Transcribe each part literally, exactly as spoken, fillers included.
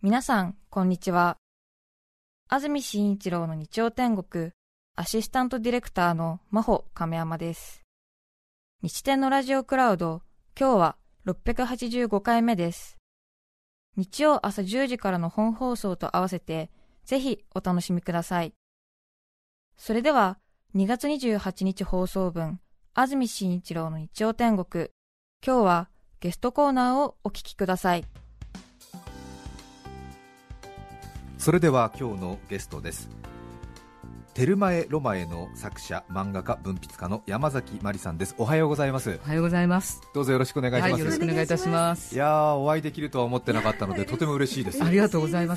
皆さんこんにちは。安住紳一郎の日曜天国アシスタントディレクターの真帆亀山です。日天のラジオクラウド、今日はろっぴゃくはちじゅうごかいめです。日曜朝じゅうじからの本放送と合わせてぜひお楽しみください。それではにがつにじゅうはちにち放送分、安住紳一郎の日曜天国、今日はゲストコーナーをお聞きください。 それでは今日のゲストです。テルマエロマエの作者、漫画家、文筆家の山崎まりさんです。おはようございます。 おはようございます。 どうぞよろしくお願いします。 はい、よろしくお願いいたします。 いやー、お会いできるとは思ってなかったのでとても嬉しいです。 ありがとうございます。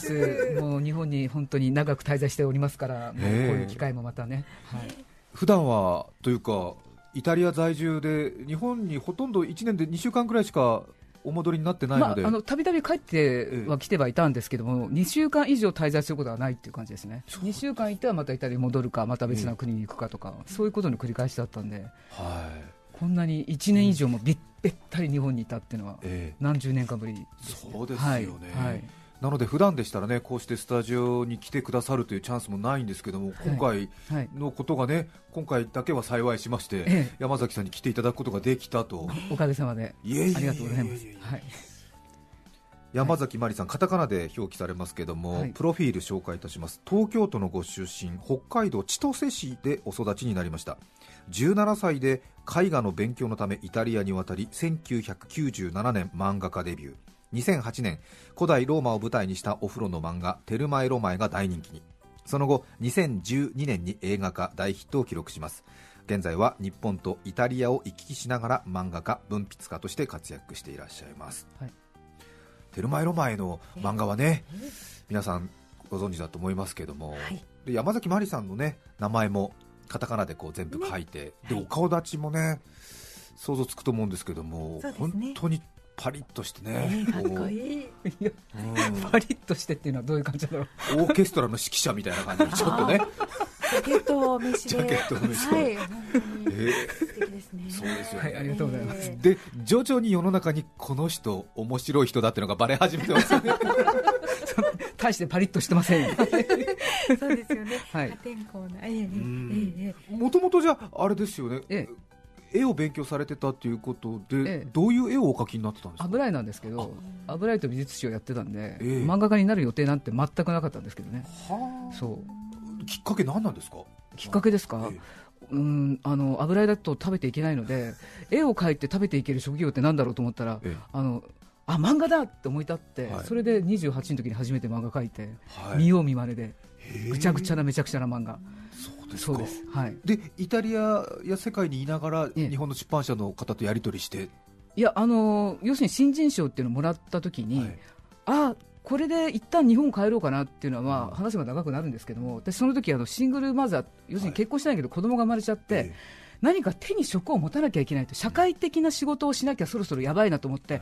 もう日本に本当に長く滞在しておりますから、もうこういう機会もまたね、はい、 普段はというかイタリア在住で日本にほとんどいちねんでにしゅうかんくらいしかお戻りになってないので、 まあ、あのたびたび帰っては来てはいたんですけども、にしゅうかん以上滞在することはないっていう感じですね。にしゅうかんいてはまたイタリアに戻るか、また別な国に行くかとか、えー、そういうことの繰り返しだったんで、はい、こんなにいちねん以上もべったり日本にいたっていうのは何十年かぶりです、 ね。そうですよね、はいはい、なので普段でしたらね、こうしてスタジオに来てくださるというチャンスもないんですけども、今回のことがね、はいはい、今回だけは幸いしまして、ええ、山崎さんに来ていただくことができたと。 おかげさまでいえいえいえ、 ありがとうございます。はい、 山崎まりさん、カタカナで表記されますけども、はい、プロフィール紹介いたします。東京都のご出身、北海道千歳市でお育ちになりました。じゅうななさいで絵画の勉強のためイタリアに渡り、せんきゅうひゃくきゅうじゅうななねん漫画家デビュー。にせんはちねん、古代ローマを舞台にしたお風呂の漫画テルマエロマエが大人気に。その後にせんじゅうにねんに映画化、大ヒットを記録します。現在は日本とイタリアを行き来しながら漫画家、文筆家として活躍していらっしゃいます、はい、テルマエロマエの漫画はね、皆さんご存知だと思いますけども、はい、で山崎まりさんの、ね、名前もカタカナでこう全部書いて、ね、で、はい、お顔立ちもね想像つくと思うんですけども、ね、本当にパリッとしてね、 かっこいい。いや、うん、パリッとしてっていうのはどういう感じだろう。 オーケストラの指揮者みたいな感じでちょっとねジャケットを召しで、 ジャケットを召しで、 はい、本当に素敵ですね。 そうですよね、 はい、ありがとうございます。 で、徐々に世の中にこの人面白い人だっていうのがバレ始めてますよね大してパリッとしてませんそうですよね、 はい、 破天荒な、ええ、 もともとじゃああれですよね、 ええ、 絵を勉強されてたということで、ええ、どういう絵をお描きになってたんですか。 油絵なんですけど、油絵と美術史をやってたんで、ええ、漫画家になる予定なんて全くなかったんですけどね。はあ、そうきっかけ何なんですか。 きっかけですか、ええ、うん、あの油絵だと食べていけないので、絵を描いて食べていける職業って何だろうと思ったら、ええ、あのあ漫画だって思い立って、はい、それでにじゅうはちの時に初めて漫画描いて、はい、見よう見まねでぐちゃぐちゃなめちゃくちゃな漫画。 そうですか。 そうです、はい、 でイタリアや世界にいながら日本の出版社の方とやり取りして、 いや、あの要するに新人賞っていうのをもらった時に、はい、あこれで一旦日本帰ろうかなっていうのは、まあ、話が長くなるんですけども、私その時あのシングルマザー、要するに結婚してないけど子供が生まれちゃって、はい、何か手に職を持たなきゃいけないと、社会的な仕事をしなきゃそろそろやばいなと思って、はい、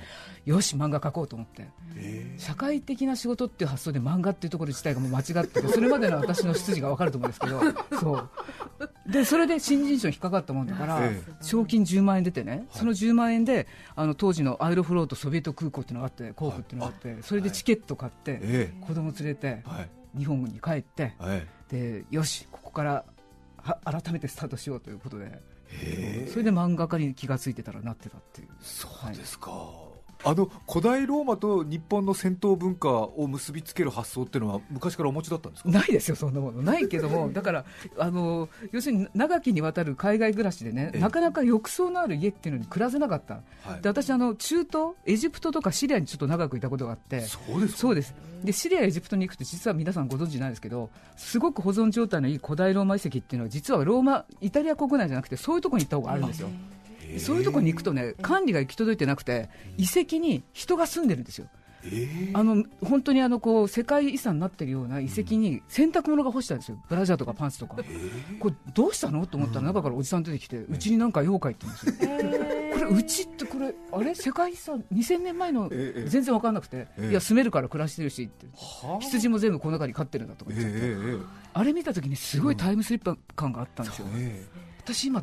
よし漫画描こうと思って、社会的な仕事っていう発想で漫画っていうところ自体がもう間違ってて、それまでの私の出自が分かると思うんですけどそうでそれで新人賞に引っかかったもんだから、賞金じゅうまんえん出てね、そのじゅうまんえんであの当時のアイロフロートソビエト空港っていうのがあって、航空っていうのがあって、それでチケット買って子供連れて日本に帰って、でよしここからは改めてスタートしようということで、それで漫画家に気がついてたらなってたっていう。 そうですか、はい、あの古代ローマと日本の戦闘文化を結びつける発想っていうのは昔からお持ちだったんですか。 ないですよ、そんなものないけどもだからあの要するに長きにわたる海外暮らしでね、なかなか浴槽のある家っていうのに暮らせなかった、はい、で私あの中東エジプトとかシリアにちょっと長くいたことがあって。 そうですか。 そうです。でシリアエジプトに行くと実は皆さんご存知ないですけど、すごく保存状態のいい古代ローマ遺跡っていうのは実はローマイタリア国内じゃなくてそういうところに行った方があるんですよ。そういうところに行くとね、管理が行き届いてなくて遺跡に人が住んでるんですよ。あの本当にあのこう世界遺産になってるような遺跡に洗濯物が干してあるんですよ。ブラジャーとかパンツとか。これどうしたのと思ったら中からおじさん出てきて、うちになんか絵を描いてるんですよ。これうちってこれあれ世界遺産にせんねんまえの全然分かんなくて、いや住めるから暮らしてるしって、羊も全部この中に飼ってるんだとか言っちゃって、あれ見た時にすごいタイムスリップ感があったんですよ。私今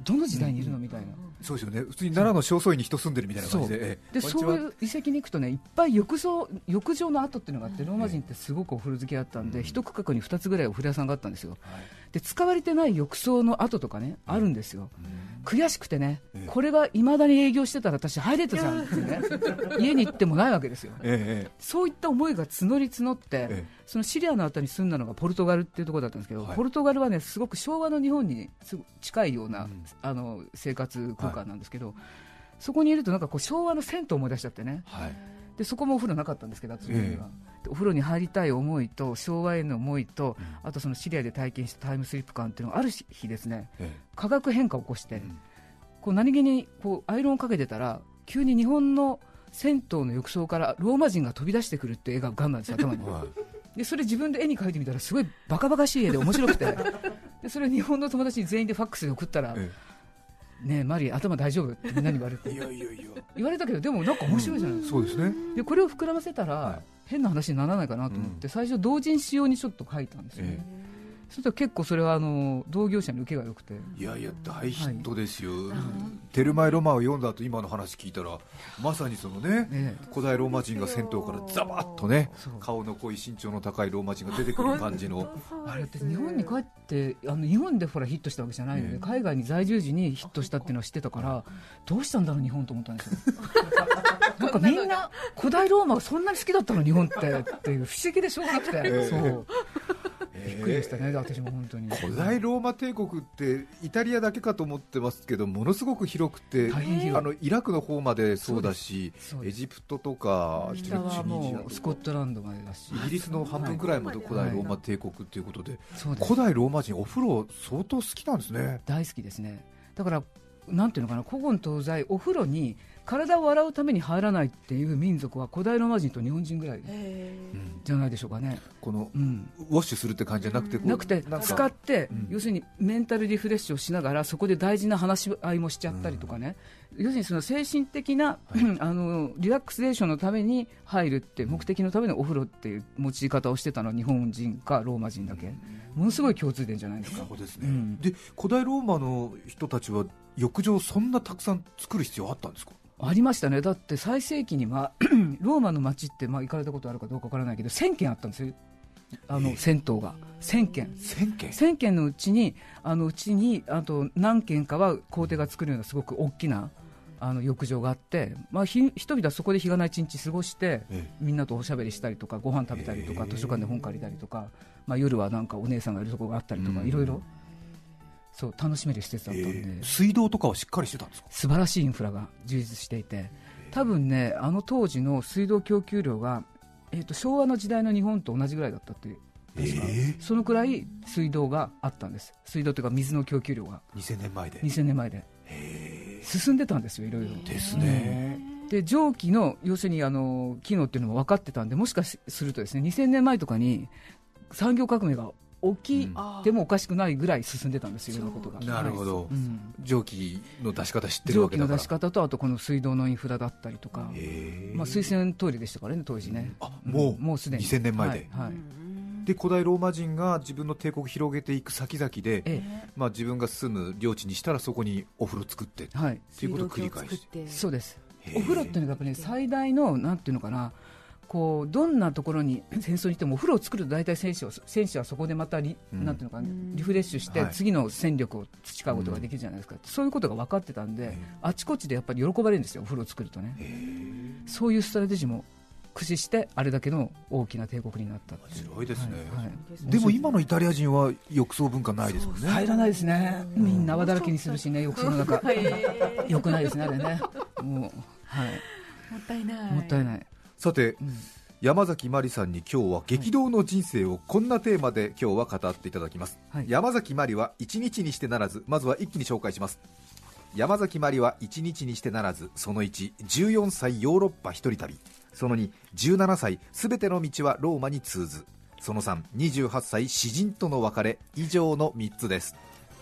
どの時代にいるのみたいな、 そうですよね、普通に奈良の正倉院に人住んでるみたいな感じで、 そうええ、 でそういう遺跡に行くとね、いっぱい浴槽浴場の跡っていうのがあって、ローマ人ってすごくお風呂好きだったんで、 うん、 一区画にふたつぐらいお風呂屋さんがあったんですよ、 はい、 で使われてない浴槽の跡とかね、あるんですよ、 うん、 悔しくてね、 ええ、 これがいまだに営業してたら私入れたじゃんってね家に行ってもないわけですよ、 ええ、 そういった思いが募り募って、ええ、そのシリアのあたりに住んだのがポルトガルっていうところだったんですけど、はい、ポルトガルはねすごく昭和の日本にすごく近いような、うん、あの生活空間なんですけど、はい、そこにいるとなんかこう昭和の銭湯を思い出しちゃってね、はい、でそこもお風呂なかったんですけど、私には、えー、お風呂に入りたい思いと昭和への思いと、うん、あとそのシリアで体験したタイムスリップ感っていうのがある日ですね、えー、化学変化を起こして、うん、こう何気にこうアイロンをかけてたら急に日本の銭湯の浴槽からローマ人が飛び出してくるっていう絵が浮かんだんですよ、頭に。でそれ自分で絵に描いてみたらすごいバカバカしい絵で面白くてでそれ日本の友達に全員でファックスで送ったら、ええ、ねえマリー頭大丈夫ってみんなに言われていやいやいや言われたけど、でもなんか面白いじゃないですか、 うん、そうですね。 でこれを膨らませたら、はい、変な話にならないかなと思って、うん、最初同人仕様にちょっと描いたんですよね、ええ、そしたら結構それはあの同業者に受けが良くて、 いやいや大ヒットですよ、はい、テルマエロマンを読んだ後今の話聞いたらまさにそのね、ね古代ローマ人が銭湯からザバッとね顔の濃い身長の高いローマ人が出てくる感じのあれって日本に帰ってあの日本でほらヒットしたわけじゃないので、ね、海外に在住時にヒットしたっていうのは知ってたからどうしたんだろう日本と思ったんですよなんかみんな古代ローマがそんなに好きだったの日本ってっていう不思議でしょうがなくて、えー、そうびっくりしたね、私も本当に。 古代ローマ帝国ってイタリアだけかと思ってますけどものすごく広くて、 大変広い、 あのイラクの方までそうだし、エジプトとか北はもうスコットランドまでだし、 イギリスの半分くらいまで古代ローマ帝国ということで、 はい、 古代ローマ人お風呂相当好きなんですね。 大好きですね。だからなんていうのかな、古今東西お風呂に体を洗うために入らないっていう民族は古代ローマ人と日本人ぐらいじゃないでしょうかね。 この、うん、ウォッシュするって感じじゃなくて、 なくて使って、うん、要するにメンタルリフレッシュをしながらそこで大事な話し合いもしちゃったりとかね、うん、要するにその精神的な、はい、あのリラックスレーションのために入るって目的のためのお風呂っていう用い方をしてたのは日本人かローマ人だけ、うん、ものすごい共通点じゃないですか。 そうですね、うん、で古代ローマの人たちは浴場そんなたくさん作る必要あったんですか？ ありましたね。だって最盛期にはローマの街って、まあ、行かれたことあるかどうかわからないけどせんけんあったんですよ、あの、えー、銭湯がせんけんせんけんせんけんのうちにあのうちにあと何軒かは皇帝が作るようなすごく大きなあの浴場があって、まあ、ひ人々はそこで日がない一日過ごして、えー、みんなとおしゃべりしたりとかご飯食べたりとか、えー、図書館で本借りたりとか、まあ、夜はなんかお姉さんがいるところがあったりとか、いろいろそう楽しめる施設だったんで、えー、 水道とかはしっかりしてたんですか？ 素晴らしいインフラが充実していて、多分ねあの当時の水道供給量が、えー、と昭和の時代の日本と同じぐらいだったっていう、確か、えー、そのくらい水道があったんです。水道というか水の供給量がにせんねんまえでにせんねんまえで、えー、進んでたんですよ、いろいろですね、 うん、で蒸気の要するにあの機能っていうのも分かってたんで、もしかするとですねにせんねんまえとかに産業革命が起きてもおかしくないぐらい進んでたんですよ、いろんなことが。 なるほど、うん、蒸気の出し方知ってるわけだから、 蒸気の出し方とあとこの水道のインフラだったりとか、まあ、水洗トイレでしたからね当時ね、 あもう、うん、 もうすでににせんねんまえで、 はいはい、 で古代ローマ人が自分の帝国を広げていく先々で、ええ、まあ、自分が住む領地にしたらそこにお風呂作って、はい、っていうことを繰り返して、 そうです。お風呂っていうのがやっぱり、ね、最大のなんていうのかな、こうどんなところに戦争に行ってもお風呂を作ると大体戦士は、戦士はそこでまた リ,、うん、なんていうのかな、リフレッシュして次の戦力を培うことができるじゃないですか、うん、そういうことが分かってたんで、あちこちでやっぱり喜ばれるんですよ、お風呂を作るとね。そういうストラテジーも駆使してあれだけの大きな帝国になったっていう。 面白いですね、はいはい、でも今のイタリア人は浴槽文化ないですもんね。 入らないですね、みんな泡だらけにするしね、浴槽の中よくないですね、あれねもう、はい、 もったいないもったいない。 さて、うん、山崎まりさんに今日は激動の人生をこんなテーマで今日は語っていただきます、はい、山崎まりはいちにちにしてならず、まずは一気に紹介します。山崎まりはいちにちにしてならず、そのいち、じゅうよんさいヨーロッパ一人旅、そのに、じゅうななさいすべての道はローマに通ず、そのさん、にじゅうはっさい詩人との別れ、以上のみっつです。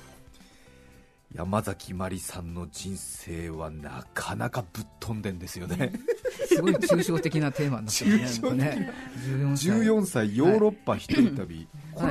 山崎まりさんの人生はなかなかぶっ飛んでんですよねすごい抽象的なテーマになってますねじゅうよんさいヨーロッパ一人旅、はい、これは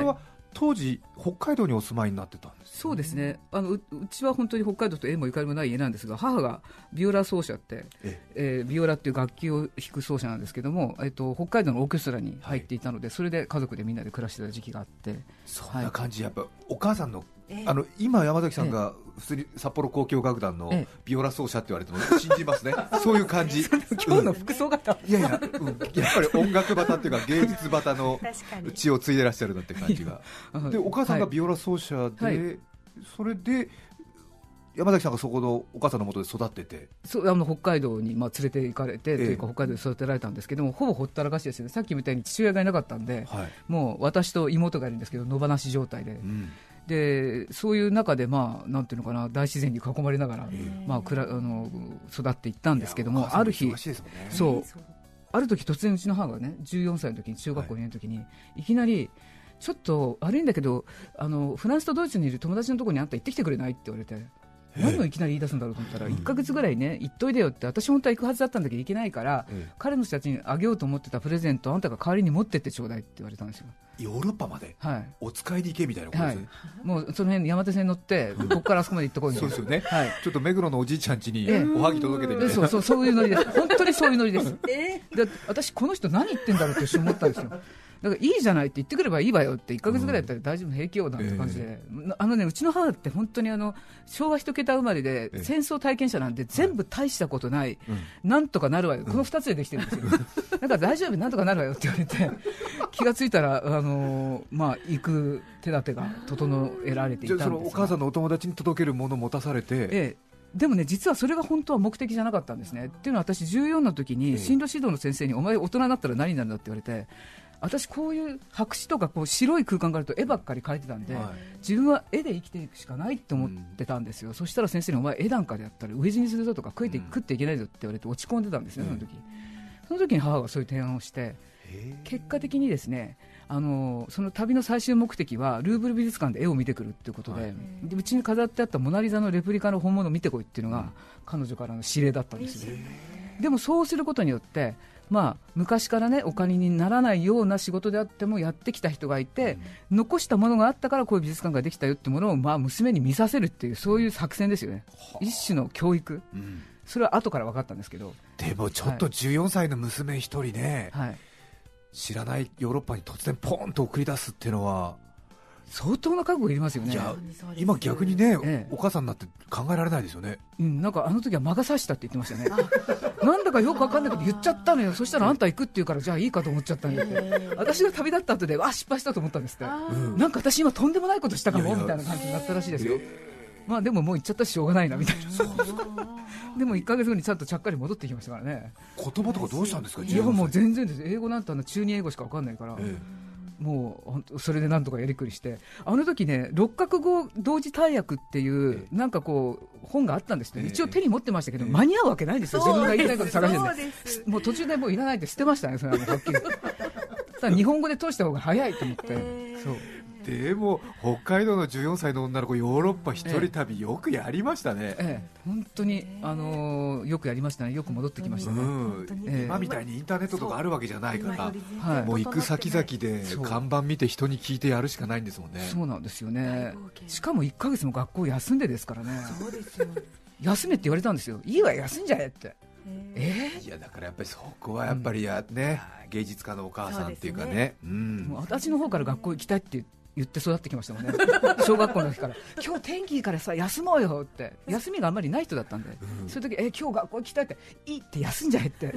当時北海道にお住まいになってたんです、ね、 そうですね、あの う, うちは本当に北海道と縁もゆかりもない家なんですが、母がビオラ奏者って、ええー、ビオラっていう楽器を弾く奏者なんですけども、えっと、北海道のオーケストラに入っていたので、はい、それで家族でみんなで暮らしてた時期があって、 そんな感じ、はい、やっぱお母さんの、えー、あの今山崎さんが普通に札幌交響楽団のビオラ奏者って言われても信じますね、そういう感じ今日の服装型、 うん、いやいや、うん、やっぱり音楽旗っていうか芸術旗の血を継いでらっしゃるなって感じがで、お母さんがビオラ奏者で、はい、それで山崎さんがそこのお母さんの元で育ってて、 そう、あの北海道にまあ連れて行かれて、ええ、というか北海道で育てられたんですけども、ほぼほったらかしですよね。さっきみたいに父親がいなかったんで、はい、もう私と妹がいるんですけど野放し状態で、うん、でそういう中で、まあ、なんていうのかな、大自然に囲まれながら、まあ、くらあの育っていったんですけども、ある日、そうある時突然うちの母がねじゅうよんさいの時に中学校にねんの時に、はい、いきなりちょっと悪いんだけど、あのフランスとドイツにいる友達のところにあんた行ってきてくれないって言われて、何をいきなり言い出すんだろうと思ったら、いっかげつぐらいね行っといでよって、私本当は行くはずだったんだけど行けないから、ええ、彼の人たちにあげようと思ってたプレゼントあんたが代わりに持ってってちょうだいって言われたんですよ。 ヨーロッパまで、はい、お使いに行けみたいなことですね、 はい、もうその辺山手線乗ってここからあそこまで行ってこいみたいなそうですよね、はい、ちょっと目黒のおじいちゃん家におはぎ届けてみたいな、 そうそう、そういうノリです、本当にそういうノリです、えー、で私この人何言ってんだろうって一瞬思ったんですよ。だからいいじゃないって言ってくればいいわよって、いっかげつぐらいだったら大丈夫、平気よなんて感じで、うんえー、あのね、うちの母って本当にあの昭和一桁生まれで戦争体験者なんで、全部大したことない、はい、なんとかなるわよ、このふたつでできてるんですよ、うん、だから大丈夫、なんとかなるわよって言われて気がついたら、あのーまあ、行く手立てが整えられていたんですが、 じゃあそのお母さんのお友達に届けるものを持たされて、ええ、でもね、実はそれが本当は目的じゃなかったんですね。っていうのは、私じゅうよんの時に進路指導の先生に、お前大人になったら何になるんだって言われて、私こういう白紙とかこう白い空間があると絵ばっかり描いてたんで、はい、自分は絵で生きていくしかないって思ってたんですよ、うん、そしたら先生にお前絵なんかでやったら飢え死にするぞとか食いて、うん、食っていけないぞって言われて落ち込んでたんですね、その時、うん、その時に母がそういう提案をして、結果的にですね、あのその旅の最終目的はルーブル美術館で絵を見てくるっていうことで、はい、でうちに飾ってあったモナリザのレプリカの本物を見てこいっていうのが、うん、彼女からの指令だったんですよ。でもそうすることによってまあ、昔からねお金にならないような仕事であってもやってきた人がいて、うん、残したものがあったからこういう美術館ができたよってものを、まあ、娘に見させるっていうそういう作戦ですよね、一種の教育、うん、それは後から分かったんですけど、 でもちょっとじゅうよんさいの娘一人ね、はい、知らないヨーロッパに突然ポーンと送り出すっていうのは相当な覚悟いりますよね。 いや今逆にね、ええ、お母さんになって考えられないですよね、 うん、なんかあの時は魔が差したって言ってましたねなんだかよく分かんないけど言っちゃったのよ、そしたらあんた行くって言うからじゃあいいかと思っちゃったんだって、えー、私が旅立った後であ失敗したと思ったんですって、なんか私今とんでもないことしたかもみたいな感じになったらしいですよ、えー、まあでももう行っちゃったししょうがないなみたいなでもいっかげつごにちゃんとちゃっかり戻ってきましたからね。 言葉とかどうしたんですか。 いやもう全然です。英語なんてあの中に英語しか分かんないから、えーもうそれでなんとかやりくりして、あの時ね六カ国語同時大訳っていうなんかこう本があったんですね、一応手に持ってましたけど、間に合うわけないんですよ、自分が言いたいこと探してるんで、もう途中でもういらないって捨てましたね、それはもうはっきりただ日本語で通した方が早いと思って、そうでも北海道のじゅうよんさいの女の子ヨーロッパ一人旅よくやりましたね、 ええ、本当に、あのー、よくやりましたね、よく戻ってきましたね、うんええ、今みたいにインターネットとかあるわけじゃないから、はい、もう行く先々で看板見て人に聞いてやるしかないんですもんね。 そうなんですよね、しかもいっかげつも学校休んでですからね。そうですよ休めって言われたんですよ。いいわ休んじゃえって。 えー、いやだからやっぱりそこはやっぱりや、ねうん、芸術家のお母さんっていうかね、うん、 もう私の方から学校行きたいって言って育ってきましたもんね小学校の時から今日天気いいからさ休もうよって、休みがあんまりない人だったんで、うん、そういう時え今日学校行きたいっていいって休んじゃえって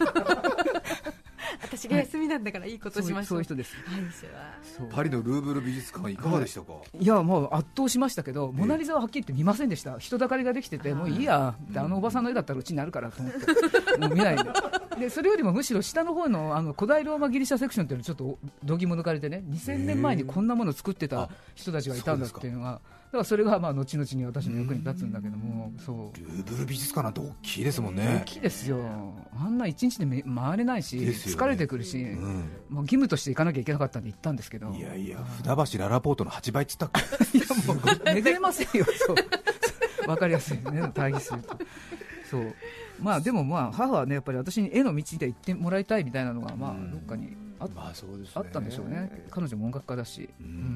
私が休みなんだからいいことしましょう、 はい、そういう人です、 はい、パリのルーブル美術館いかがでしたか。はい、いやもう圧倒しましたけど、モナリザははっきり言って見ませんでした。人だかりができててもういいやって、あのおばさんの絵だったらうちになるからと思ってもう見ないででそれよりもむしろ下の方 の, あの古代ローマギリシャセクションっていうのちょっと度肝抜かれてね、にせんねんまえにこんなものを作ってた人たちがいたんだっていうのが、だからそれがまあ後々に私の役に立つんだけども、そうルーブル美術館なんて大きいですもんね。 大きいですよ、あんないちにちでめ回れないし、ね、疲れてくるし、うん、もう義務として行かなきゃいけなかったんで行ったんですけど、 いやいや船橋ララポートのはちばいっつったっけいやもう巡れませんよそう分かりやすいね、対比するとそうまあでもまあ母はねやっぱり私に絵の道で行ってもらいたいみたいなのがまあどっかに あ,、まあそうですね、あったんでしょうね。彼女も音楽家だし、うん、うん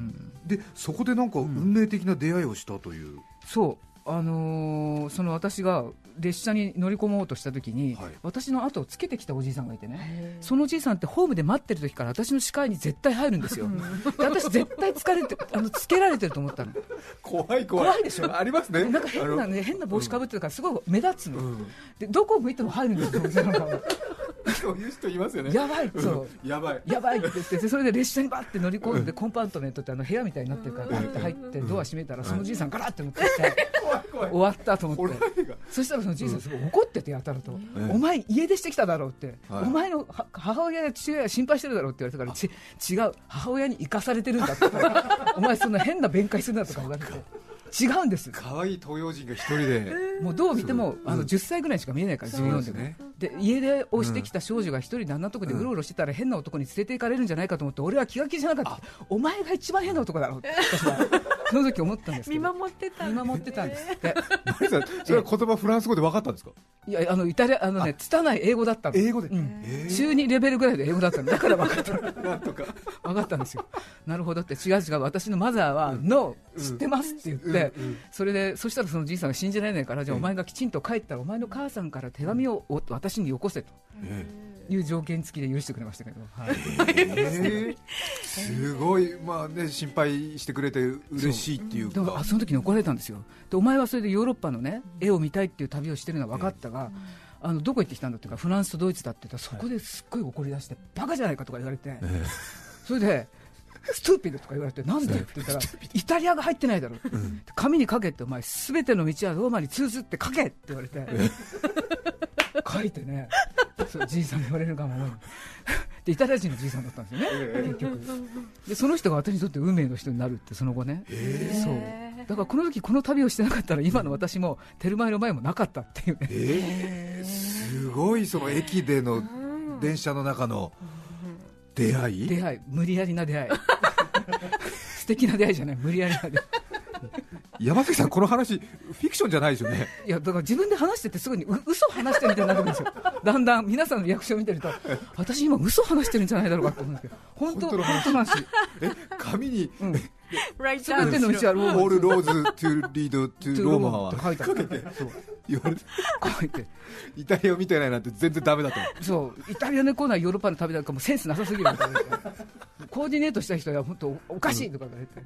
でそこでなんか運命的な出会いをしたという、 うん、そうあのー、その私が列車に乗り込もうとした時に、はい、私の後をつけてきたおじいさんがいてね、そのおじいさんってホームで待ってる時から私の視界に絶対入るんですよで私絶対疲れてあのつけられてると思ったの。 怖い怖い怖いでしょ。 ありますね。 なんか変な、ね、変な帽子かぶってるからすごい目立つの、うん、でどこを向いても入るんですよそういう人いますよね。 やばいそう、 うん、やばいやばいって言ってそれで列車にバッて乗り込んで、うん、コンパートメントってあの部屋みたいになってるからバッて入ってドア閉めたらそのじいさんガラッて乗ってきて怖い怖い終わったと思ってそしたらそのじいさんすごい怒っててやたらと、うん、お前家出してきただろうって、はい、お前の母親や父親が心配してるだろうって言われたからち違う母親に生かされてるんだってお前そんな変な弁解するなとか言われて違うんです。 可愛い東洋人が一人でもうどう見てもあのじゅっさいぐらいしか見えないからじゅうよんでも、ね、で家出をしてきた少女が一人であんなとこでうろうろしてたら変な男に連れて行かれるんじゃないかと思って俺は気が気じゃなかった。お前が一番変な男だろうって私はその時思ったんですけど見守ってた見守ってたんですってそれは言葉フランス語で分かったんですか。 いやあのイタリアあのね拙い英語だったの。 英語で、 うん、中にレベルぐらいで英語だったのだから分かったなんとか分かったんですよ。なるほどって違う違う私のマザーは、うん、ノー知ってますって言って、うんうん、それでそしたらそのじいさんが信じられないからじゃあお前がきちんと帰ったらお前の母さんから手紙を私によこせという条件付きで許してくれましたけど、はいえー、すごい、まあね、心配してくれて嬉しいっていうかでもあその時に怒られたんですよ。でお前はそれでヨーロッパの、ね、絵を見たいっていう旅をしてるのは分かったが、えー、あのどこ行ってきたんだっていうかフランスとドイツだって言ったらそこですっごい怒り出してバカじゃないかとか言われて、えー、それでストゥーピッドとか言われてなんでって言ったらイタリアが入ってないだろ、うん、紙に書けってお前すべての道はローマに通ずって書けって言われて書いてねそうじいさんに言われるかもでイタリア人のじいさんだったんですよね、えー、結局でその人が私にとって運命の人になるってその後ね、えー、そうだからこの時この旅をしてなかったら今の私もテルマエの前もなかったっていうね、 えー、すごいその駅での電車の中の出会い出会い無理やりな出会い素敵な出会いじゃない無理やりな出会い山崎さんこの話フィクションじゃないですよね。 いやだから自分で話しててすぐにう嘘を話してるみたいになるんですよだんだん皆さんのリアクションを見てると私今嘘を話してるんじゃないだろうかと思うんですけど本当の話え紙に、うん、 全ての道はローマオールローズトゥリードトゥローマは書いてかけてそう言われて書いてイタリアを見てないなんて全然ダメだとそうイタリアの来ないヨーロッパの旅なんかもセンスなさすぎるみたいなコーディネートした人は本当おかしいとか言われて、うん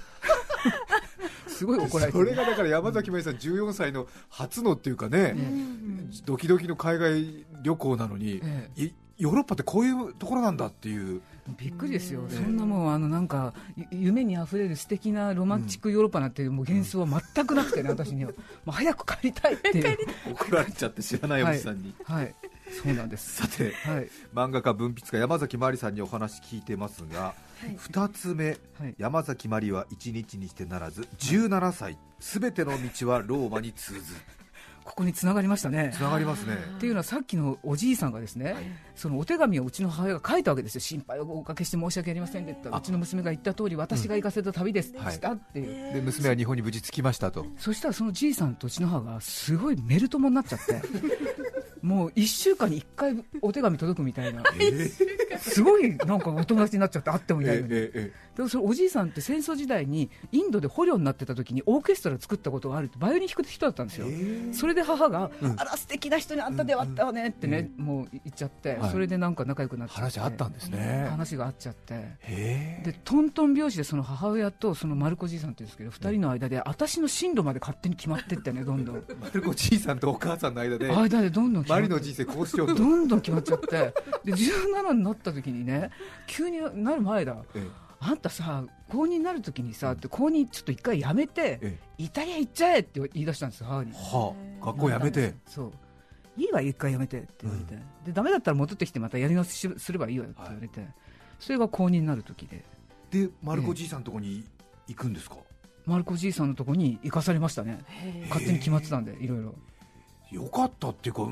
すごい怒られてそれがだから山崎まりさんじゅうよんさいの初のっていうかね、うん、ドキドキの海外旅行なのに、ええ、ヨーロッパってこういうところなんだっていうびっくりですよ、ええ、そんなもんあのなんか夢にあふれる素敵なロマンチックヨーロッパなんてもう幻想は全くなくてね、うん、私にはもう早く帰りたいっていう怒られちゃって知らないおじさんに、 はい、はい、そうなんです。 さて、はい、漫画家文筆家山崎まりさんにお話聞いてますが、はい、ふたつめ、はい、山崎まりはいちにちにしてならずじゅうななさいすべての道はローマに通ずここに繋がりましたね。 繋がりますね。 っていうのはさっきのおじいさんがですね、はい、そのお手紙をうちの母親が書いたわけですよ。心配をおかけして申し訳ありませんでうちの娘が言った通り私が行かせた旅です、うん、したっていう、 はい、で娘は日本に無事着きましたと。 そしたらそのじいさんとうちの母がすごいメル友になっちゃってもういっしゅうかんにいっかいお手紙届くみたいな、えー、すごいなんかお友達になっちゃって会ってもいないのに、えーえー、でもそれおじいさんって戦争時代にインドで捕虜になってた時にオーケストラ作ったことがあるってバイオリン弾く人だったんですよ、えー、それで母が、うん、あら素敵な人に会ったではあったわねってね、うん、もう言っちゃって、はい、それでなんか仲良くなっちゃって話あったんですね。 話があっちゃってでトントン拍子でその母親とそのマルコじいさんって言うんですけどふたりの間で私の進路まで勝手に決まってってねどんどんマルコじいさんとお母さんの間で間でどんどんマリの人生こうしようとどんどん決まっちゃってでじゅうななになった時にね急になる前だ、ええ、あんたさ高になる時にさって高にちょっと一回やめて、ええ、イタリア行っちゃえって言い出したんですよ母に、 はあ、学校やめてそういいわ一回やめてって言われて、うん、でダメだったら戻ってきてまたやり直しすればいいわよって言われて、はい、それが高になる時ででマルコじいさんのとこに行くんですか、 ええ、マルコじいさんのとこに行かされましたね。勝手に決まってたんでいろいろよかったっていうか、うん、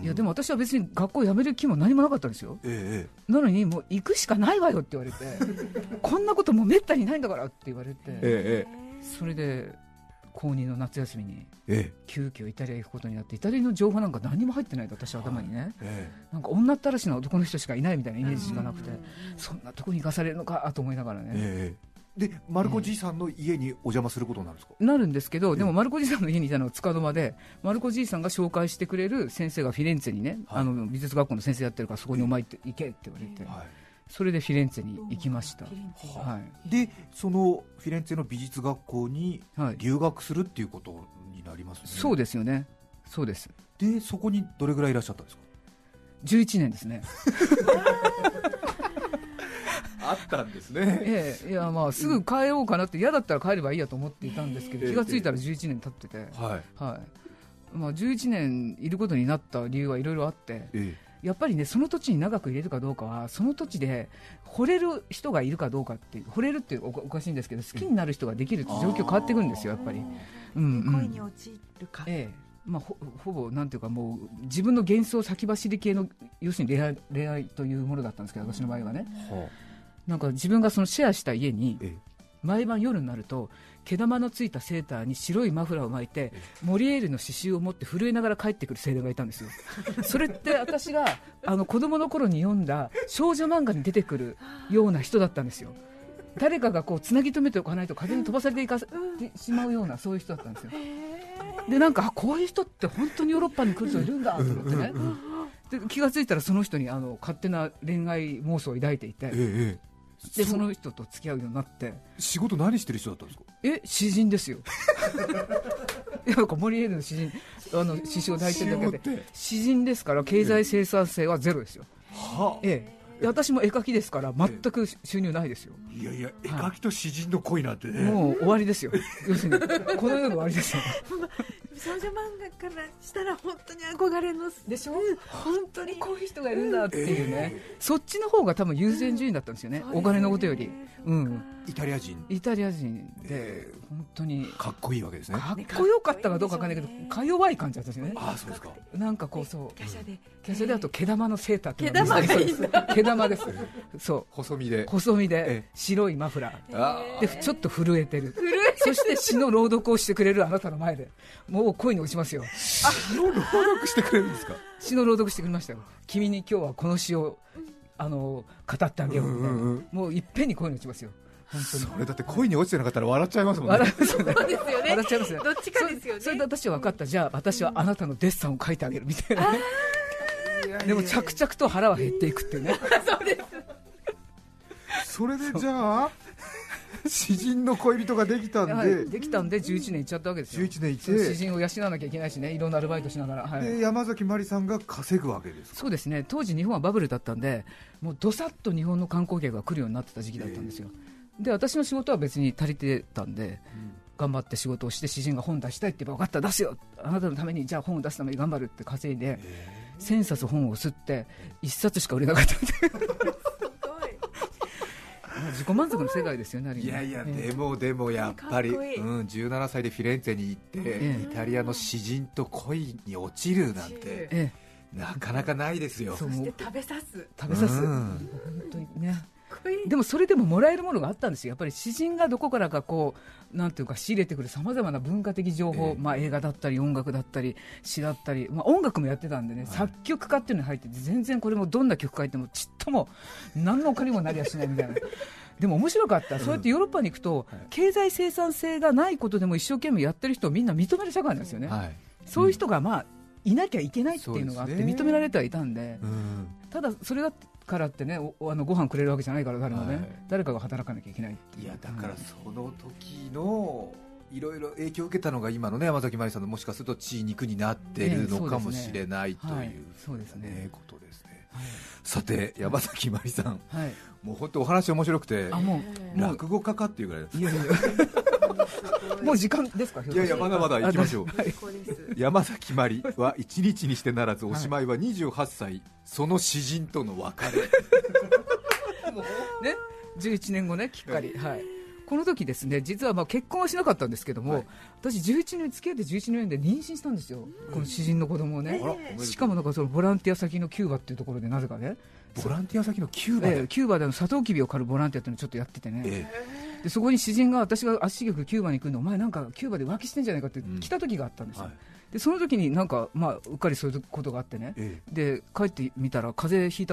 いやでも私は別に学校辞める気も何もなかったんですよ、ええ、なのにもう行くしかないわよって言われてこんなこともうめったにないんだからって言われて、ええ、それで高にの夏休みに急遽イタリア行くことになってイタリアの情報なんか何も入ってないと私は頭にね、はいええ、なんか女ったらしな男の人しかいないみたいなイメージしかなくてそんなとこに行かされるのかと思いながらね、ええ、 でマルコじいさんの家にお邪魔することになるんですか？ なるんですけど、でもマルコじいさんの家にいたのはつかの間で、マルコじいさんが紹介してくれる先生がフィレンツェにね、はい、あの美術学校の先生やってるからそこにお前行けって言われて、はい、それでフィレンツェに行きました。 はい、でそのフィレンツェの美術学校に留学するっていうことになりますね。 そうですよね。そうです。 でそこにどれぐらいいらっしゃったんですか？ じゅういちねんですね。 あったんですね。 ええ、いやまあすぐ帰ろうかなって、嫌だったら帰ればいいやと思っていたんですけど、気がついたらじゅういちねん経ってて、はいはい、まあ、じゅういちねんいることになった理由はいろいろあって、ええ、やっぱりねその土地に長く入れるかどうかはその土地で惚れる人がいるかどうかって、惚れるっておかしいんですけど、好きになる人ができるって状況変わってくるんですよやっぱり、うんうん、 恋に陥るか、 ええ、まあ、ほ, ほぼなんていうかもう自分の幻想先走り系の要するに恋愛、恋愛というものだったんですけど、私の場合はね、はあ、なんか自分がそのシェアした家に毎晩夜になると毛玉のついたセーターに白いマフラーを巻いてモリエールの刺繍を持って震えながら帰ってくる青年がいたんですよ。それって私があの子供の頃に読んだ少女漫画に出てくるような人だったんですよ。誰かがこうつなぎ止めておかないと風に飛ばされていかせてしまうようなそういう人だったんですよ。でなんかこういう人って本当にヨーロッパに来る人いるんだと思ってね、で気がついたらその人にあの勝手な恋愛妄想を抱いていて、ええ、でその人と付き合うようになって。 仕事何してる人だったんですか？ え詩人ですよ。いやなんかモリエールの詩人あの詩集を抱いてるだけで詩人ですから経済生産性はゼロですよ。はあ、ええ、私も絵描きですから全く収入ないですよ。 いやいや絵描きと詩人の恋なんてね、 はい、もう終わりですよ。要するにこの世の終わりですよ。 少女漫画からしたら本当に憧れのでしょ、うん、本当にこういう人がいるんだっていうね、えー、そっちの方が多分優先順位だったんですよね、うん、お金のことより、うん、 イタリア人イタリア人で、えー、本当にかっこいいわけですね。 かっこよかったかどうかわかんないけどか弱い感じだったんですよね。 ああそうですか。 なんかこうそう華奢で華奢であと毛玉のセーターっていうのが毛玉がいいんだ。 毛玉ですそう細身で細身で白いマフラーでちょっと震えてるそして詩の朗読をしてくれるあなたの前でもう恋に落ちますよ。 詩の朗読してくれるんですか？ 詩の朗読してくれましたよ。君に今日はこの詩をあの語ってあげようみたいな、うんうんうん、もういっぺんに恋に落ちますよ。本当にそれだって恋に落ちてなかったら笑っちゃいますもんね。 笑いますよね。 そうですよね。 笑っちゃいますね。 どっちかですよね。 そ, それで私は分かった、じゃあ私はあなたのデッサンを書いてあげるみたいなね。でも着々と腹は減っていくっていうね。 そうです。 それでじゃあ詩人の恋人ができたんで、はい、 できたんでじゅういちねん行っちゃったわけですよ。 じゅういちねん行って詩人を養わなきゃいけないしね、いろんなアルバイトしながら、はい、 で山崎まりさんが稼ぐわけですか？ そうですね。当時日本はバブルだったんで、もうどさっと日本の観光客が来るようになってた時期だったんですよ。で私の仕事は別に足りてたんで、うん、頑張って仕事をして詩人が本出したいって言えば分かった出すよ、あなたのためにじゃあ本を出すために頑張るって稼いでせんさつ本を刷っていっさつしか売れなかったんで自己満足の世界ですよね。 いやいや、えー、でもでもやっぱり、うん、じゅうななさいでフィレンツェに行って、えー、イタリアの詩人と恋に落ちるなんて、えー、なかなかないですよ。 そして食べさす食べさす、うん、本当にね。でもそれでももらえるものがあったんですよ。やっぱり詩人がどこからかこうなんていうか仕入れてくるさまざまな文化的情報、えーまあ、映画だったり音楽だったり詩だったり、まあ、音楽もやってたんでね、はい、作曲家っていうのに入ってて全然これもどんな曲書いてもちっとも何のお金にもなりやしないみたいなでも面白かった。そうやってヨーロッパに行くと、うん、経済生産性がないことでも一生懸命やってる人をみんな認める社会なんですよね、はい、そういう人がまあいなきゃいけないっていうのがあって認められてはいたんで、うん、ただそれだからってね、おあのご飯くれるわけじゃないから誰もね、はい、誰かが働かなきゃいけないっていう。 いやだからその時のいろいろ影響を受けたのが今のね山崎まりさんのもしかすると血肉になってるのかもしれない、ね、という、はい、そうですね、ことですね、はい、さて山崎まりさん、はい、もう本当お話面白くて、あもう落語家かっていうぐらいです。いやいやもう時間ですか？ いやいやまだまだ行きましょう、はい、山崎まりはいちにちにしてならずおしまいはにじゅうはっさいその詩人との別れね、じゅういちねんごねきっかり、はい、この時ですね実はまあ結婚はしなかったんですけども、はい、私じゅういちねん付き合ってじゅういちねんで妊娠したんですよ、この詩人の子供をね、えー、しかもなんかそのボランティア先のキューバっていうところでなぜかねボランティア先のキューバで、えー、 キューバでのサトウキビを刈るボランティアっていうのをちょっとやっててね、えー、でそこに詩人が私が足しげくキューバに行くんでお前なんかキューバで浮気してんじゃないかって来た時があったんですよ、うんはい、でその時になんか、まあ、うっかりそういうことがあってね、えー、で帰ってみたら風邪ひいた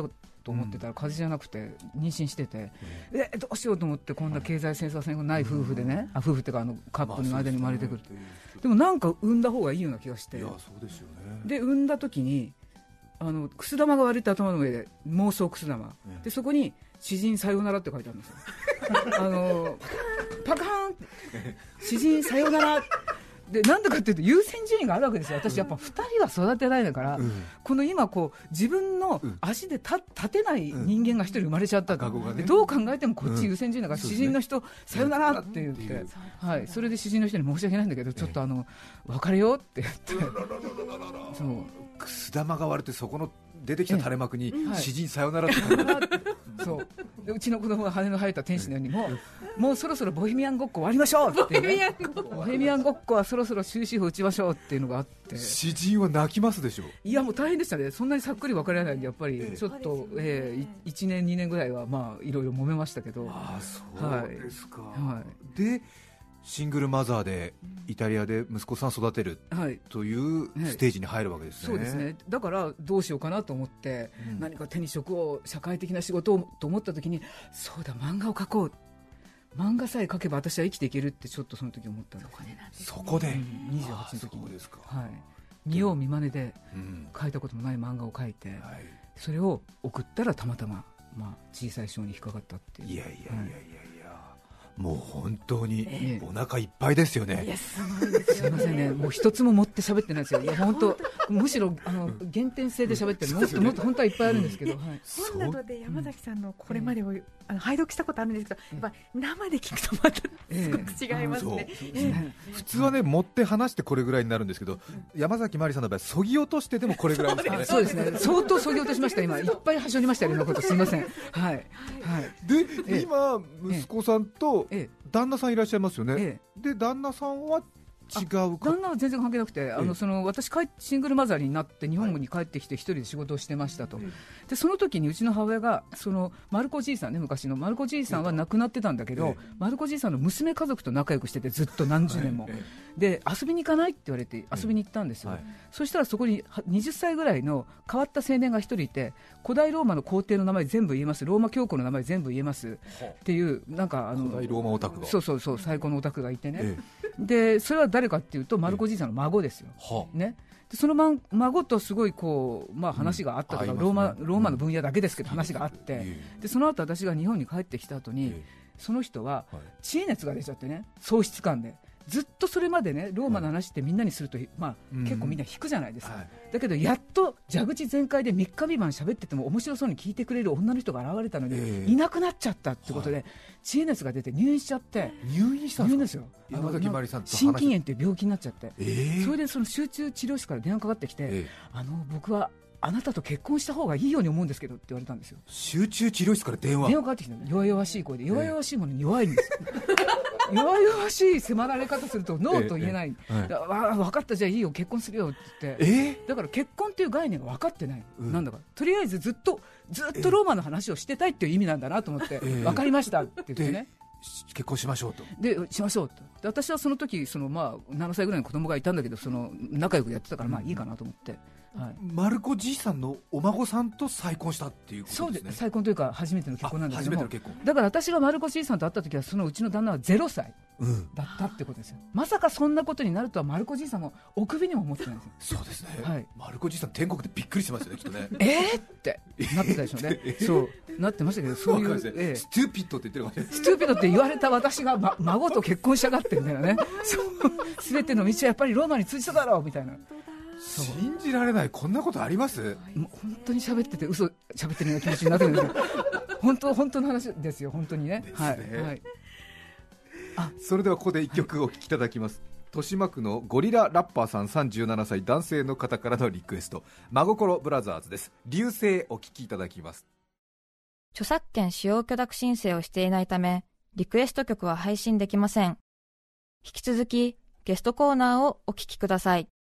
と思ってたら、うん、風邪じゃなくて妊娠してて、うん、えどうしようと思って、こんな経済生産性がない夫婦でね、うん、あ夫婦っていうかあのカップルの間に生まれてくる、まあ で, ね、でもなんか産んだ方がいいような気がして、いやそうですよね。で産んだ時にあのくす玉が割れて頭の上で妄想くす玉、うん、でそこに詩人さよならって書いてあるんですよあのパカーン詩人さよならで、なんでかっていうと優先順位があるわけですよ。私やっぱふたりは育てないだから、うん、この今こう自分の足で立てない人間が一人生まれちゃったと、うんね、どう考えてもこっち優先順位だから、うん、詩人の人、ね、さよならって言って、はい、それで詩人の人に申し訳ないんだけど、ちょっとあの別れようって言ってそうくす玉が割れて、そこの出てきた垂れ幕に詩人さよならって書いてある、 そうでうちの子供が羽の生えた天使のように、もう、もうそろそろボヘミアンごっこ終わりましょうっていう、ね、ボヘミアンごっこはそろそろ終止符打ちましょうっていうのがあって、 詩人は泣きますでしょ。 いやもう大変でしたね。そんなにさっくり分からないんで、やっぱりちょっと、えー、いちねんにねんぐらいはまあいろいろ揉めましたけど。 あそうですか、はいはい、でシングルマザーでイタリアで息子さん育てるというステージに入るわけですね、 はいはい、そうですね。だからどうしようかなと思って、うん、何か手に職を社会的な仕事をと思った時に、そうだ漫画を描こう、漫画さえ描けば私は生きていけるってちょっとその時思ったんです。そこでなんですね。 そこで、 うん、にじゅうはちの時に、 そうですか、 はい、見よう見まねで描いたこともない漫画を描いて、うんはい、それを送ったらたまたま、まあ、小さい賞に引っかかったっていう。 いやいやいやいや、はいもう本当にお腹いっぱいですよね、 いやすごいですよね。すいませんね、もう一つも持って喋ってないですよ。いや本当むしろあの減点制で喋ってる、もっともっと本当はいっぱいあるんですけど、うんはい、 本などで山崎さんのこれまでを、うん、あの拝読したことあるんですけど、やっぱ生で聞くとまたすごく違いますね、えーね普通はね持って話してこれぐらいになるんですけど、うん、山崎まりさんの場合そぎ落としてでもこれぐらいですからね。 そうですね、相当そぎ落としました。今いっぱいはしょりましたよ、いろんなことすいません、はい、はい、 で、えー、今息子さんと、えー旦那さんいらっしゃいますよね、ええ、で旦那さんは違うか。 旦那は全然関係なくて、あのその私帰シングルマザーになって日本に帰ってきて一人で仕事をしてましたと、はい、でその時にうちの母親がそのマルコじいさんね、昔のマルコじいさんは亡くなってたんだけど、ええ、マルコじいさんの娘家族と仲良くしててずっと何十年も、ええ、で遊びに行かないって言われて遊びに行ったんですよ、はい、そしたらそこにはたちぐらいの変わった青年が一人いて、古代ローマの皇帝の名前全部言えます、ローマ教皇の名前全部言えますっていう、なんかあの古代ローマオタクがそうそうそう最高のオタクがいてね、ええ、でそれは誰かっていうとマルコじいさんの孫ですよ、ええね、でその、ま、孫とすごいこう、まあ、話があったとか、うん、ローマ、ローマの分野だけですけど、うん、話があって、うん、でその後私が日本に帰ってきた後に、ええ、その人は知恵熱が出ちゃってね、喪失感でずっとそれまでねローマの話ってみんなにすると、まあうん、結構みんな引くじゃないですか、はい、だけどやっと蛇口全開でみっかみばん喋ってても面白そうに聞いてくれる女の人が現れたのに、えー、いなくなっちゃったってことで、はい、知恵熱が出て入院しちゃって。 入院したんですか。 山崎まりさんと心筋炎っていう病気になっちゃって、えー、それでその集中治療室から電話かかってきて、えー、あの僕はあなたと結婚した方がいいように思うんですけどって言われたんですよ。 集中治療室から電話電話かかってきたの。弱々しい声で、弱々しいものに弱いんですよ、えー、弱々しい迫られ方するとノーと言えない、えーえーはい、分かったじゃあいいよ結婚するよって言って、えー、だから結婚っていう概念が分かってない、うん、なんだかとりあえずずっとずっとローマの話をしてたいっていう意味なんだなと思って、えー、分かりましたって言ってね、 結婚しましょうと。 でしましょうと。で私はその時その、まあ、ななさいぐらいの子供がいたんだけど、その仲良くやってたからまあいいかなと思って、うんはい、 マルコじいさんのお孫さんと再婚したっていうことですね。 そうで再婚というか初めての結婚なんだけども、 初めての結婚。 だから私がマルコじいさんと会った時はそのうちの旦那はゼロさいだったってことですよ、うん、まさかそんなことになるとはマルコじいさんもお首にも思ってないんですよ。 そうですね、はい、マルコじいさん天国でびっくりしてますよねきっとねえーってなってたでしょうねそうなってましたけど、そういう、ねえー、ストゥーピッドって言ってるかもしれない。 ストゥーピッドって言われた私が、ま、孫と結婚しやがってみたいなねすべての道はやっぱりローマに通じただろうみたいな。 信じられない。こんなことあります？ もう本当に喋ってて嘘喋ってるような気持ちになってるんですよ本当本当の話ですよ本当に ね, ね、はいはい、 あそれではここでいっきょくお聴きいただきます、はい、豊島区のゴリララッパーさんさんじゅうななさい男性の方からのリクエスト、真心ブラザーズです。流星お聴きいただきます。 著作権使用許諾申請をしていないためリクエスト曲は配信できません。引き続きゲストコーナーをお聞きください。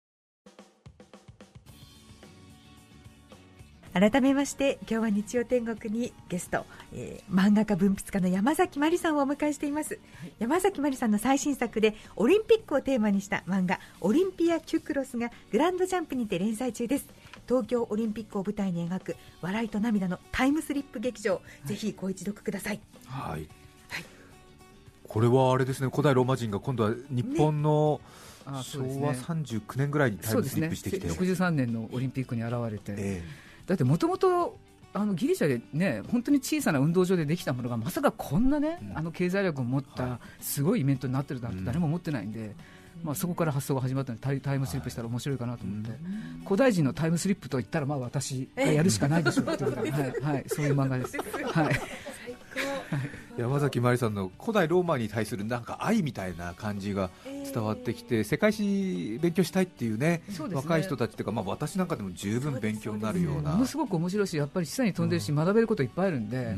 改めまして今日は日曜天国にゲスト、えー、漫画家文筆家の山崎まりさんをお迎えしています、はい、山崎まりさんの最新作でオリンピックをテーマにした漫画オリンピア・キュクロスがグランドジャンプにて連載中です。 東京オリンピックを舞台に描く笑いと涙のタイムスリップ劇場、はい、ぜひご一読ください。 はい、はい、これはあれですね、古代ローマ人が今度は日本の、ね、しょうわさんじゅうきゅうねんぐらいにタイムスリップしてきて、 そうですね、ろくじゅうさんねんのオリンピックに現れて、えー、だってもともとあのギリシャでね、本当に小さな運動場でできたものがまさかこんなね、うん、あの経済力を持ったすごいイベントになってるなんて誰も思ってないんで、うん、まあ、そこから発想が始まったので タイ, タイムスリップしたら面白いかなと思って、はい、古代人のタイムスリップといったらまあ私がやるしかないでしょうっていうことで、はいはい、そういう漫画です。はい、 山崎まりさんの古代ローマに対するなんか愛みたいな感じが伝わってきて、えー、世界史勉強したいっていう ね, うね若い人たちというか、まあ、私なんかでも十分勉強になるような、 ものすごく面白いし、やっぱり示唆に飛んでるし、うん、学べることいっぱいあるんで、うんうん、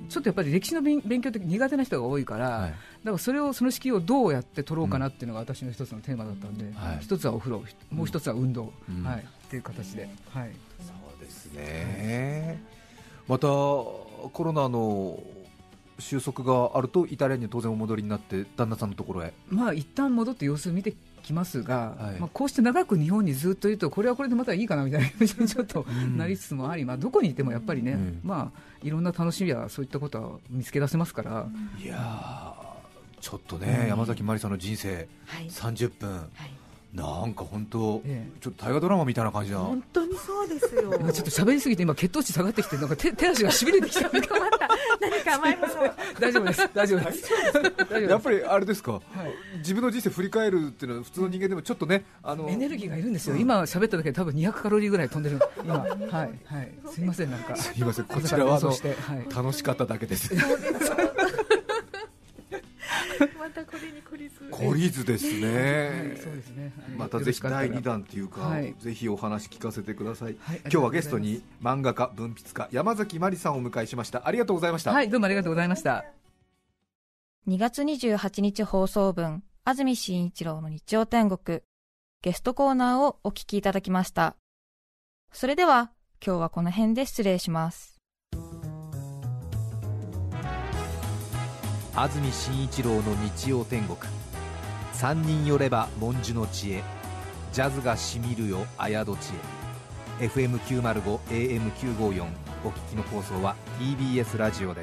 ちょっとやっぱり歴史の勉強って苦手な人が多いから、はい、だからそれをその式をどうやって取ろうかなっていうのが私の一つのテーマだったんで、うん、はい、一つはお風呂、もう一つは運動、うん、はい、っていう形で、はい、 そうですね。またコロナの収束があるとイタリアに当然お戻りになって旦那さんのところへ、 まあ一旦戻って様子を見てきますが、はい、まあ、こうして長く日本にずっといるとこれはこれでまたいいかなみたいな感じにちょっとなりつつもあり、まあ、どこにいてもやっぱりね、うん、まあ、いろんな楽しみやそういったことは見つけ出せますから、 いやちょっとね、うん、山崎まりさんの人生、はい、さんじゅっぷん、はい、なんか本当、ええ、ちょっと大河ドラマみたいな感じだ。 本当にそうですよ。 今ちょっと喋りすぎて今血糖値下がってきて、なんか 手, 手足がしびれてきた。 何か甘いもの大丈夫です大丈夫ですやっぱりあれですか、はい、自分の人生振り返るっていうのは普通の人間でもちょっとね、あのエネルギーがいるんですよ、うん、今喋っただけで多分にひゃくカロリーぐらい飛んでる今、はいはい、すいません、なんかすいません、こちらはあの、はい、楽しかっただけです。 またこれに懲りず懲りずですね、そうですね、はい、またぜひだいにだんというか、はい、ぜひお話聞かせてください、はい、今日はゲストに漫画家文筆家山崎まりさんをお迎えしました。ありがとうございました。 はい、どうもありがとうございました。 にがつにじゅうはちにち放送分、安住紳一郎の日曜天国、ゲストコーナーをお聞きいただきました。それでは今日はこの辺で失礼します。 安住紳一郎の日曜天国、三人寄れば文殊の知恵、ジャズがしみるよ綾戸知恵。 エフエムきゅうまるご エーエムきゅうごよん、 お聞きの放送は ティービーエス ラジオです。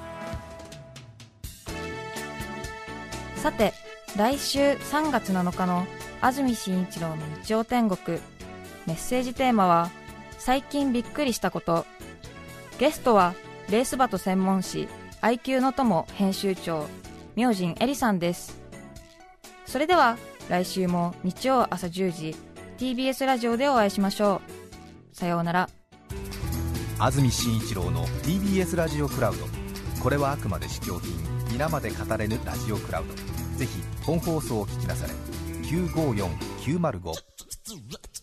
さて、来週さんがつなのかの安住紳一郎の日曜天国、メッセージテーマは最近びっくりしたこと。ゲストはレースバト専門誌アイキュー の友編集長、明神エリさんです。それでは来週も日曜朝じゅうじ ティービーエス ラジオでお会いしましょう。さようなら。 安住紳一郎の ティービーエス ラジオクラウド、これはあくまで試供品、皆まで語れぬラジオクラウド。ぜひ本放送を聞きなされ。きゅうごよんきゅうまるご